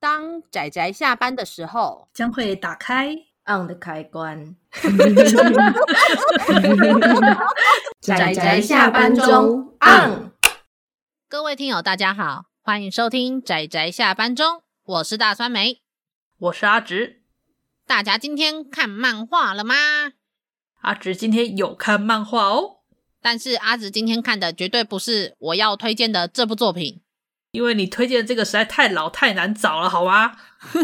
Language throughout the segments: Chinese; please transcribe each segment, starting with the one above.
当宅宅下班的时候， 将会打开 on 的开关。 宅宅下班中 on。 各位听友大家好，欢迎收听宅宅下班中，我是大酸梅， 我是阿直。 大家今天看漫画了吗？ 阿直今天有看漫画哦， 但是阿直今天看的绝对不是我要推荐的这部作品， 因为你推荐的这个实在太老太难找了好吗？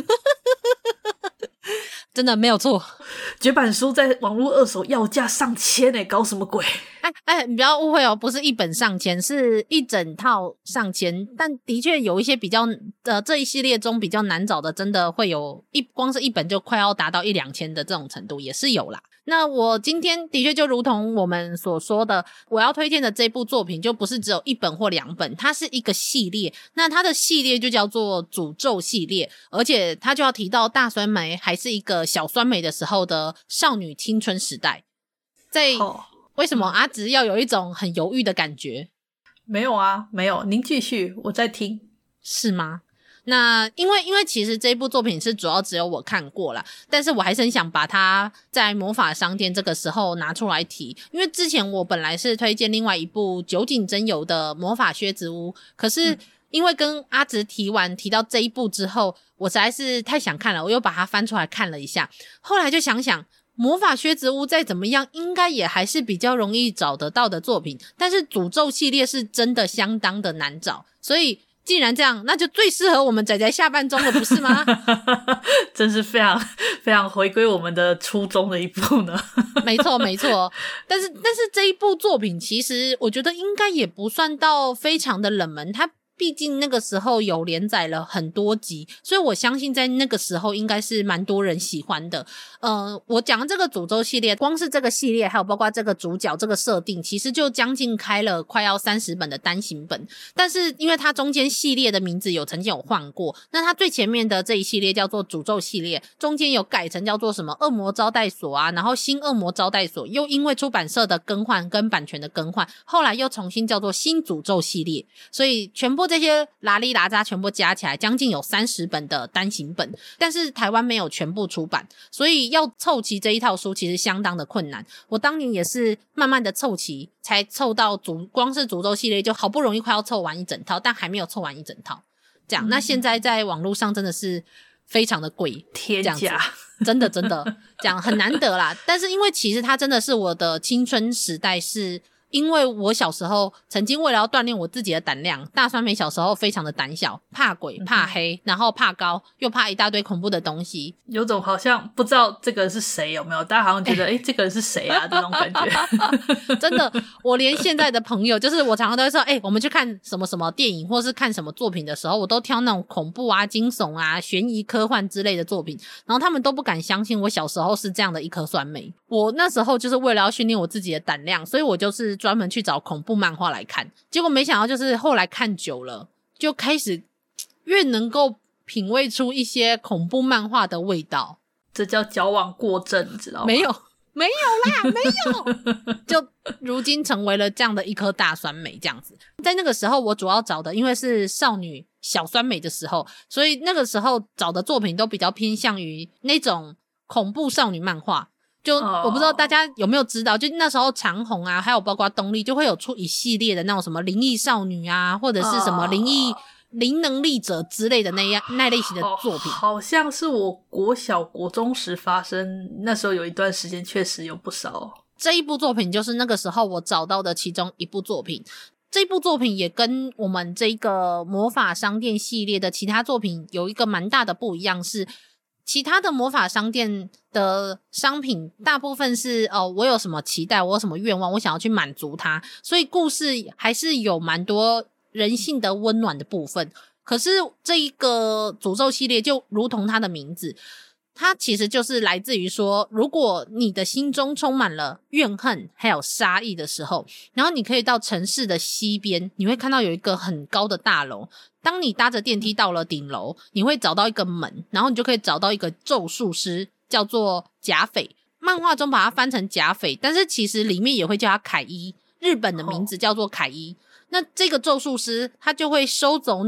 真的没有错， 绝版书在网络二手要价上千耶，搞什么鬼？ 你不要误会哦，不是一本上千，是一整套上千，但的确有一些比较这一系列中比较难找的，真的会有光是一本就快要达到1-2千的这种程度也是有啦。那我今天的确就如同我们所说的，我要推荐的这部作品就不是只有1本或2本，它是一个系列，那它的系列就叫做诅咒系列，而且它就要提到大酸梅还是一个小酸梅的时候的少女青春时代。在为什么阿直要有一种很犹豫的感觉？ 没有啊，没有，您继续，我在听。 是吗？那因为其实这部作品是主要只有我看过啦，但是我还是很想把它在魔法商店这个时候拿出来提，因为之前我本来是推荐另外一部酒井真由的魔法靴子屋，可是因为跟阿直提到这一部之后，我实在是太想看了，我又把它翻出来看了一下，后来就想想魔法靴子屋再怎么样应该也还是比较容易找得到的作品，但是诅咒系列是真的相当的难找，所以既然这样，那就最适合我们宅宅下班中的，不是吗？ 真是非常非常回归我们的初衷的一部呢。 没错没错，但是这一部作品其实我觉得应该也不算到非常的冷门，它毕竟那个时候有连载了很多集，所以我相信在那个时候应该是蛮多人喜欢的。我讲的这个诅咒系列，光是这个系列还有包括这个主角这个设定，其实就将近开了快要30本的单行本，但是因为它中间系列的名字曾经有换过，那它最前面的这一系列叫做诅咒系列，中间有改成叫做什么恶魔招待所啊，然后新恶魔招待所又因为出版社的更换跟版权的更换，后来又重新叫做新诅咒系列，所以全部这些拉里拉扎全部加起来将近有30本的单行本，但是台湾没有全部出版，所以要凑齐这一套书其实相当的困难。我当年也是慢慢的凑齐，才凑到光是诅咒系列就好不容易快要凑完一整套，但还没有凑完一整套。这样，那现在在网络上真的是非常的贵， 天价， 真的这样很难得啦。但是因为其实它真的是我的青春时代，是因为我小时候曾经为了要锻炼我自己的胆量，大酸梅小时候非常的胆小，怕鬼怕黑，然后怕高，又怕一大堆恐怖的东西， 有种好像不知道这个人是谁，有没有？大家好像觉得这个人是谁啊这种感觉。 真的，我连现在的朋友，就是我常常都会说我们去看什么什么电影或是看什么作品的时候，我都挑那种恐怖啊惊悚啊悬疑科幻之类的作品，然后他们都不敢相信我小时候是这样的一颗酸梅。我那时候就是为了要训练我自己的胆量，所以我就是专门去找恐怖漫画来看，结果没想到就是后来看久了，就开始越能够品味出一些恐怖漫画的味道。 这叫矫枉过正，你知道吗？ 没有啦，没有，就如今成为了这样的一颗大酸梅这样子。在那个时候我主要找的，因为是少女小酸梅的时候，所以那个时候找的作品都比较偏向于那种恐怖少女漫画。就我不知道大家有没有知道，就那时候长虹啊还有包括东立就会有出一系列的那种什么灵异少女啊，或者是什么灵能力者之类的那类型的作品。 好像是我国小国中时发生，那时候有一段时间确实有不少。 这一部作品就是那个时候我找到的其中一部作品，这部作品也跟我们这个魔法商店系列的其他作品有一个蛮大的不一样，是其他的魔法商店的商品大部分是我有什么期待，我有什么愿望，我想要去满足它，所以故事还是有蛮多人性的温暖的部分。可是这一个诅咒系列就如同它的名字，它其实就是来自于说，如果你的心中充满了怨恨还有杀意的时候，然后你可以到城市的西边，你会看到有一个很高的大楼，当你搭着电梯到了顶楼，你会找到一个门，然后你就可以找到一个咒术师，叫做甲斐，漫画中把它翻成甲斐，但是其实里面也会叫他凯伊，日本的名字叫做凯伊。那这个咒术师他就会收走你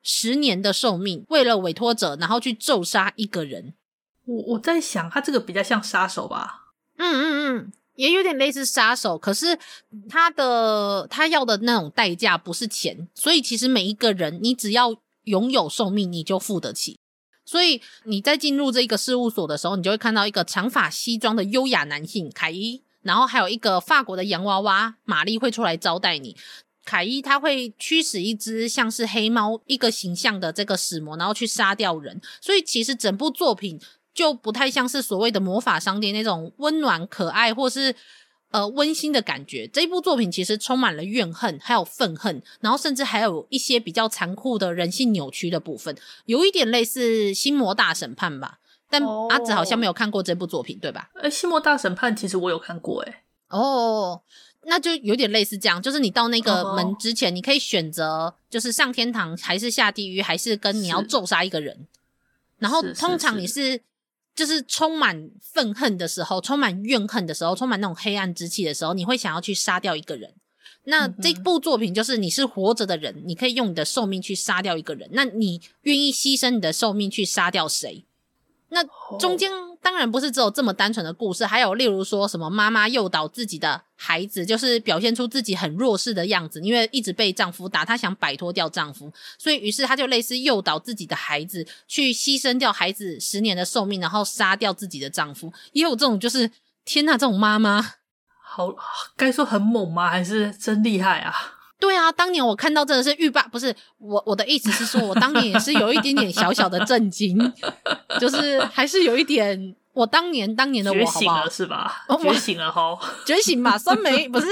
10年的寿命，为了委托者然后去咒杀一个人。 我在想他这个比较像杀手吧。 也有点类似杀手，可是他要的那种代价不是钱，所以其实每一个人你只要拥有寿命你就付得起。所以你在进入这个事务所的时候，你就会看到一个长发西装的优雅男性凯伊，然后还有一个法国的洋娃娃玛丽会出来招待你。凯伊他会驱使一只像是黑猫一个形象的这个使魔，然后去杀掉人。所以其实整部作品就不太像是所谓的魔法商店那种温暖可爱或是温馨的感觉。这一部作品其实充满了怨恨还有愤恨，然后甚至还有一些比较残酷的人性扭曲的部分，有一点类似心魔大审判吧。但阿紫好像没有看过这部作品对吧？ 心魔大审判其实我有看过那就有点类似这样，就是你到那个门之前你可以选择就是上天堂还是下地狱，还是跟你要咒杀一个人。然后通常你是就是充满愤恨的时候，充满怨恨的时候，充满那种黑暗之气的时候，你会想要去杀掉一个人。那这部作品就是你是活着的人，你可以用你的寿命去杀掉一个人，那你愿意牺牲你的寿命去杀掉谁？那中间当然不是只有这么单纯的故事，还有例如说什么妈妈诱导自己的孩子，就是表现出自己很弱势的样子，因为一直被丈夫打，她想摆脱掉丈夫，所以于是她就类似诱导自己的孩子去牺牲掉孩子10年的寿命，然后杀掉自己的丈夫。也有这种就是天哪，这种妈妈好，该说很猛吗？还是真厉害啊？ 对啊，当年我看到真的是欲罢不是，我的意思是说我当年也是有一点点小小的震惊就是还是有一点我当年的我觉醒了是吧？觉醒了吼觉醒吧，酸梅不是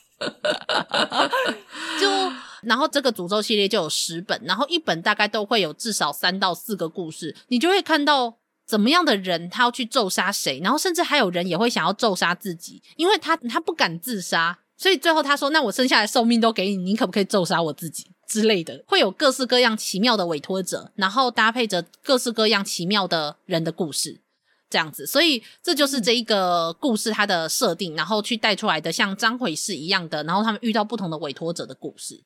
就然后这个诅咒系列就有10本，然后一本大概都会有至少3到4个故事，你就会看到怎么样的人他要去咒杀谁，然后甚至还有人也会想要咒杀自己，因为他不敢自杀，所以最后他说那我剩下的寿命都给你，你可不可以咒杀我自己之类的。会有各式各样奇妙的委托者，然后搭配着各式各样奇妙的人的故事这样子。所以这就是这一个故事它的设定，然后去带出来的像张回氏一样的，然后他们遇到不同的委托者的故事。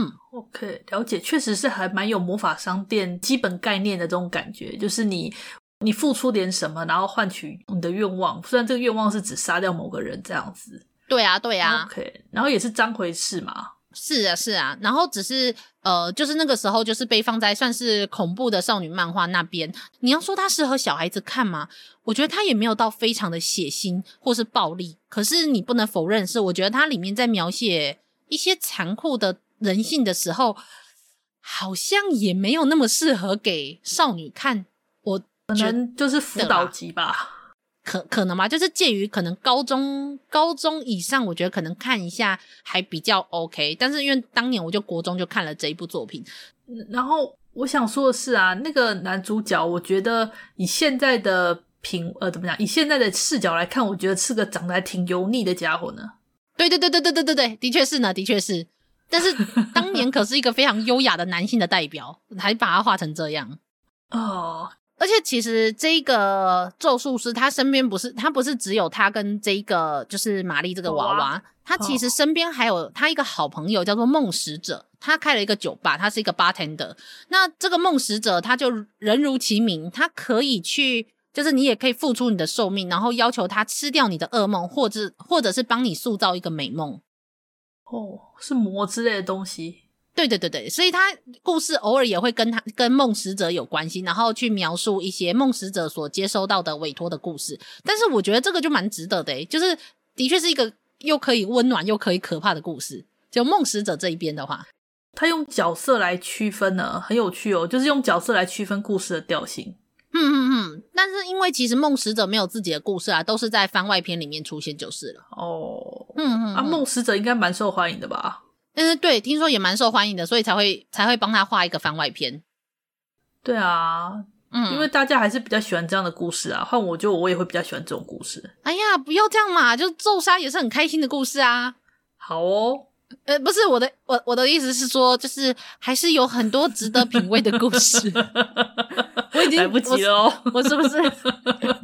OK， 了解，确实是还蛮有魔法商店基本概念的这种感觉，就是你付出点什么然后换取你的愿望，虽然这个愿望是只杀掉某个人这样子。 对啊 OK， 然后也是张回氏嘛。 是啊，然后只是就是那个时候就是被放在算是恐怖的少女漫画那边。你要说它适合小孩子看吗？我觉得它也没有到非常的血腥或是暴力，可是你不能否认是我觉得它里面在描写一些残酷的人性的时候好像也没有那么适合给少女看。我可能就是辅导级吧， 可能吧，就是介于可能高中以上，我觉得可能看一下还比较 OK。但是因为当年我就国中就看了这一部作品， 然后我想说的是啊，那个男主角，我觉得以现在的怎么讲？以现在的视角来看，我觉得是个长得还挺油腻的家伙呢。 对，的确是呢，的确是。但是当年可是一个非常优雅的男性的代表，还把他画成这样而且其实这个咒术师他身边不是只有他跟这一个就是玛丽这个娃娃，他其实身边还有他一个好朋友叫做梦使者，他开了一个酒吧，他是一个 bartender。 那这个梦使者他就人如其名，他可以去就是你也可以付出你的寿命，然后要求他吃掉你的噩梦，或者是帮你塑造一个美梦。 是魔之类的东西。 对，所以他故事偶尔也会跟梦使者有关系，然后去描述一些梦使者所接收到的委托的故事。但是我觉得这个就蛮值得的就是的确是一个又可以温暖又可以可怕的故事。就梦使者这一边的话， 他用角色来区分呢，很有趣就是用角色来区分故事的调性。 但是因为其实梦使者没有自己的故事啊，都是在番外篇里面出现就是了。 梦使者应该蛮受欢迎的吧？ 对，听说也蛮受欢迎的，所以才会帮他画一个番外篇。 对啊，因为大家还是比较喜欢这样的故事啊，换我也会比较喜欢这种故事。 哎呀，不要这样嘛，就咒杀也是很开心的故事啊。 好不是我的意思是说，就是还是有很多值得品味的故事。我已经来不及了我是不是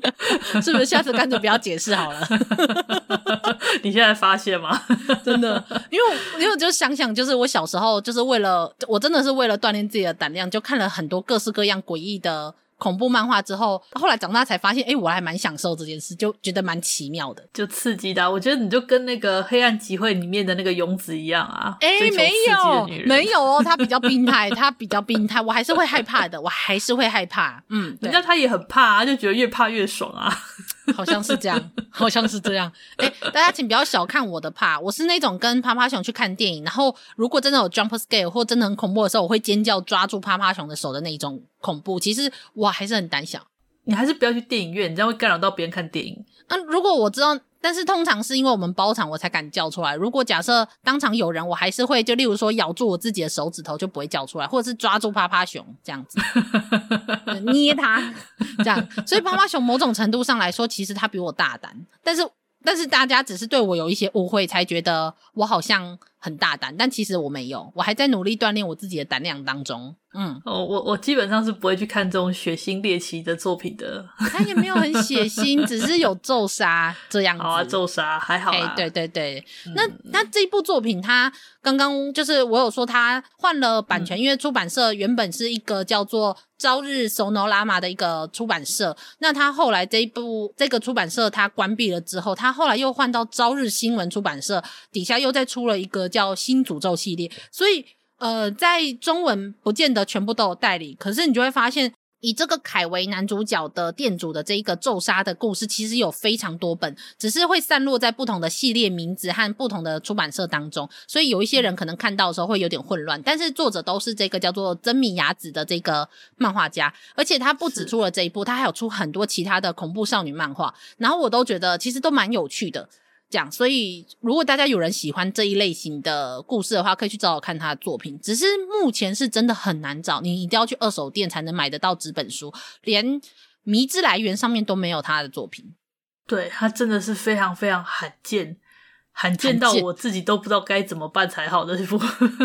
是不是下次干脆不要解释好了？ 你现在发现吗？ 真的，因为我就想想，就是我小时候就是我真的是为了锻炼自己的胆量，就看了很多各式各样诡异的恐怖漫画之后，后来长大才发现我还蛮享受这件事，就觉得蛮奇妙的， 就刺激的我觉得你就跟那个黑暗集会里面的那个勇子一样啊， 没有哦，他比较病态我还是会害怕的， 人家他也很怕啊，就觉得越怕越爽啊。 好像是这样大家请不要小看我的怕，我是那种跟趴趴熊去看电影，然后如果真的有 jump scare 或真的很恐怖的时候，我会尖叫抓住趴趴熊的手的那种恐怖，其实我还是很胆小。 你还是不要去电影院，你这样会干扰到别人看电影。 如果我知道，但是通常是因为我们包场我才敢叫出来，如果假设当场有人，我还是会就例如说咬住我自己的手指头就不会叫出来，或者是抓住趴趴熊这样子捏它这样。所以趴趴熊某种程度上来说其实它比我大胆，但是大家只是对我有一些误会才觉得我好像很大胆，但其实我没有，我还在努力锻炼我自己的胆量当中。 我基本上是不会去看这种血腥猎奇的作品的。 它也没有很血腥，只是有咒杀这样子。 好啊，咒杀还好啦。 对。那这一部作品它刚刚就是我有说它换了版权，因为出版社原本是一个叫做朝日 Sonorama 的一个出版社，那它后来这个出版社它关闭了之后，它后来又换到朝日新闻出版社底下又再出了一个叫新诅咒系列，所以在中文不见得全部都有代理，可是你就会发现以这个凯为男主角的店主的这一个咒杀的故事其实有非常多本，只是会散落在不同的系列名字和不同的出版社当中，所以有一些人可能看到的时候会有点混乱，但是作者都是这个叫做真米雅子的这个漫画家，而且他不只出了这一部，他还有出很多其他的恐怖少女漫画，然后我都觉得其实都蛮有趣的这样，所以如果大家有人喜欢这一类型的故事的话，可以去找找看他的作品，只是目前是真的很难找，你一定要去二手店才能买得到纸本书，连迷之来源上面都没有他的作品。 对，他真的是非常非常罕见到我自己都不知道该怎么办才好的一部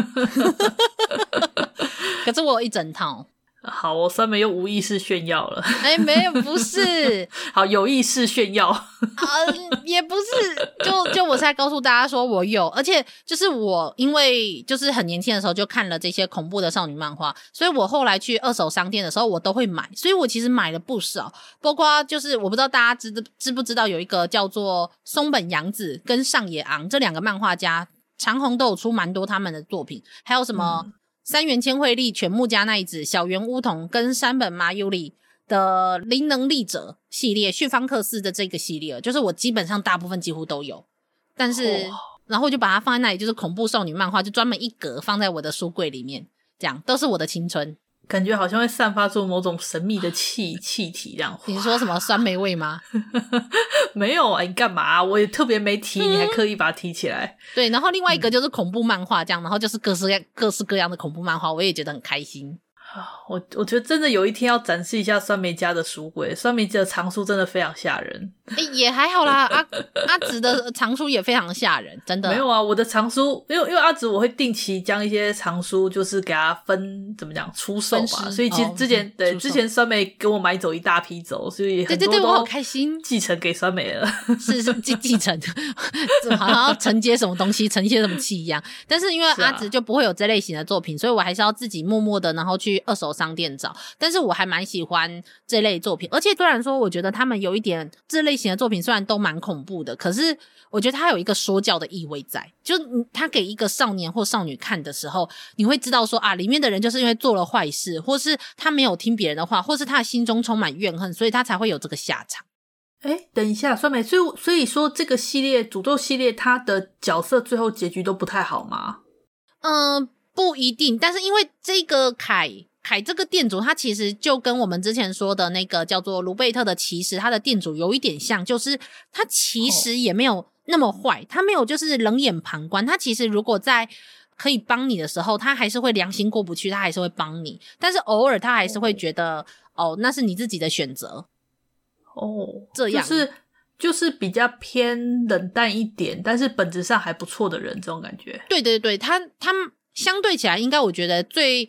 可是我有一整套。 好，我酸梅又无意识炫耀了。 没有，不是。 好，有意识炫耀。 也不是，就我才告诉大家说我有，而且就是我因为就是很年轻的时候就看了这些恐怖的少女漫画，所以我后来去二手商店的时候我都会买，所以我其实买了不少，包括就是我不知道大家知不知道有一个叫做松本洋子跟上野昂这两个漫画家，长虹都有出蛮多他们的作品，还有什么三原千惠利、犬木加奈子、小圆乌童跟山本麻由里的灵能力者系列，绪方克斯的这个系列，就是我基本上大部分几乎都有，但是然后就把它放在那里，就是恐怖少女漫画就专门一格放在我的书柜里面，这样都是我的青春， 感觉好像会散发出某种神秘的气体这样。 你说什么酸梅味吗？ 没有啊，你干嘛我也特别没提，你还刻意把它提起来。 对，然后另外一个就是恐怖漫画这样，然后就是各式各样的恐怖漫画，我也觉得很开心。 我觉得真的有一天要展示一下酸梅家的书柜，酸梅家的藏书真的非常吓人。 也还好啦，阿紫的藏书也非常吓人，真的。 没有啊，我的藏书因为阿紫我会定期将一些藏书就是给他怎么讲出售吧，所以其实之前酸梅给我买走一大批走，所以很多对我好开心， 继承给酸梅了。 是继承好像要承接什么东西，承接什么气一样。但是因为阿紫就不会有这类型的作品，所以我还是要自己默默的然后去二手商店找，但是我还蛮喜欢这类作品，而且虽然说我觉得他们有一点这类型的作品虽然都蛮恐怖的，可是我觉得它有一个说教的意味在，就他给一个少年或少女看的时候，你会知道说啊，里面的人就是因为做了坏事，或是他没有听别人的话，或是他心中充满怨恨，所以他才会有这个下场。 等一下，酸梅，所以说这个系列诅咒系列它的角色最后结局都不太好吗？ 不一定，但是因为这个凯这个店主他其实就跟我们之前说的那个叫做卢贝特的骑士，他的店主有一点像，就是他其实也没有那么坏，他没有就是冷眼旁观，他其实如果在可以帮你的时候，他还是会良心过不去，他还是会帮你，但是偶尔他还是会觉得那是你自己的选择这样就是比较偏冷淡一点，但是本质上还不错的人，这种感觉。 对，他相对起来应该我觉得最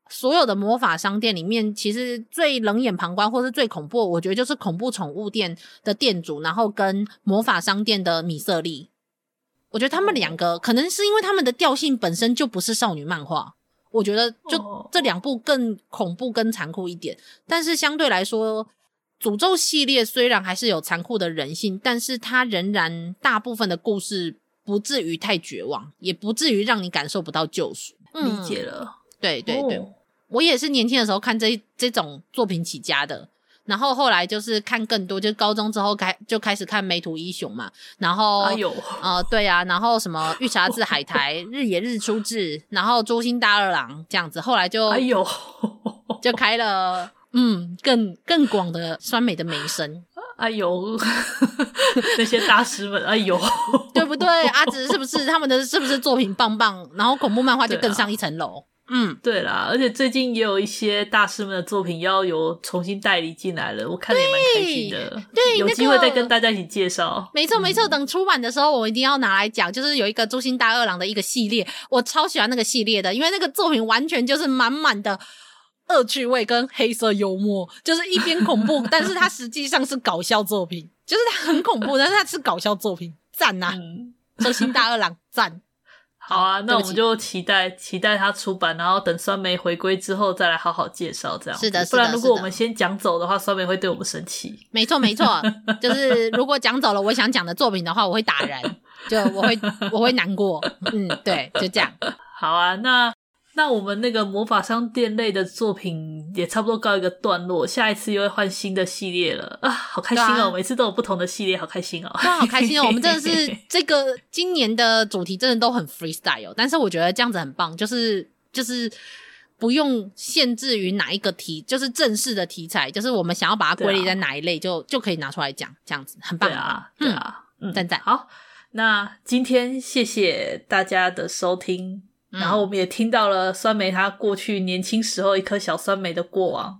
所有的魔法商店里面，其实最冷眼旁观或是最恐怖，我觉得就是恐怖宠物店的店主，然后跟魔法商店的米瑟利。我觉得他们两个可能是因为他们的调性本身就不是少女漫画，我觉得就这两部更恐怖更残酷一点。但是相对来说，诅咒系列虽然还是有残酷的人性，但是它仍然大部分的故事不至于太绝望，也不至于让你感受不到救赎。 理解了。 对对对，我也是年轻的时候看这种作品起家的，然后后来就是看更多，就高中之后就开始看梅图一雄嘛，然后对啊，然后什么御茶渍海苔、日野日出志，然后诛心大二郎这样子，后来就就开了更广的酸梅的眉声。 哎呦，那些大师们，哎呦， 对不对？阿直是不是他们的是不是作品棒棒？然后恐怖漫画就更上一层楼。 对啦，而且最近也有一些大师们的作品要有重新代理进来了，我看得也蛮开心的。对，有机会再跟大家一起介绍。 没错没错，等出版的时候我一定要拿来讲，就是有一个诛心大二郎的一个系列，我超喜欢那个系列的，因为那个作品完全就是满满的恶趣味跟黑色幽默，就是一边恐怖但是它实际上是搞笑作品，就是它很恐怖但是它是搞笑作品，赞啊！诛心大二郎赞。 好啊，那我们就期待它出版，然后等酸梅回归之后再来好好介绍这样。 是的， 不然如果我们先讲走的话，酸梅会对我们生气。 没错没错，就是如果讲走了我想讲的作品的话，我会打人，就我会难过。对，就这样。 好啊，那我们那个魔法商店类的作品也差不多告一个段落，下一次又会换新的系列了啊，好开心哦！每次都有不同的系列，好开心哦！ 对啊，好开心哦！我们真的是这个今年的主题真的都很 freestyle， 但是我觉得这样子很棒，就是不用限制于哪一个就是正式的题材，就是我们想要把它归类在哪一类就可以拿出来讲，这样子很棒。 对啊， 赞赞。 好，那今天谢谢大家的收听。然后我们也听到了酸梅她过去年轻时候一颗小酸梅的过往。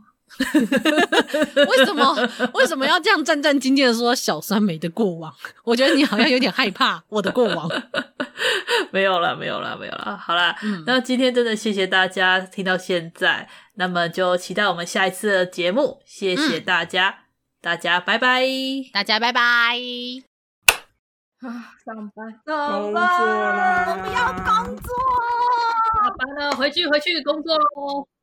为什么要这样战战兢兢的说小酸梅的过往？我觉得你好像有点害怕我的过往。 没有啦，好啦，那今天真的谢谢大家听到现在，那么就期待我们下一次的节目，谢谢大家，大家拜拜， 大家拜拜。 上班， 工作啦！ 我不要工作。 下班了，回去工作咯。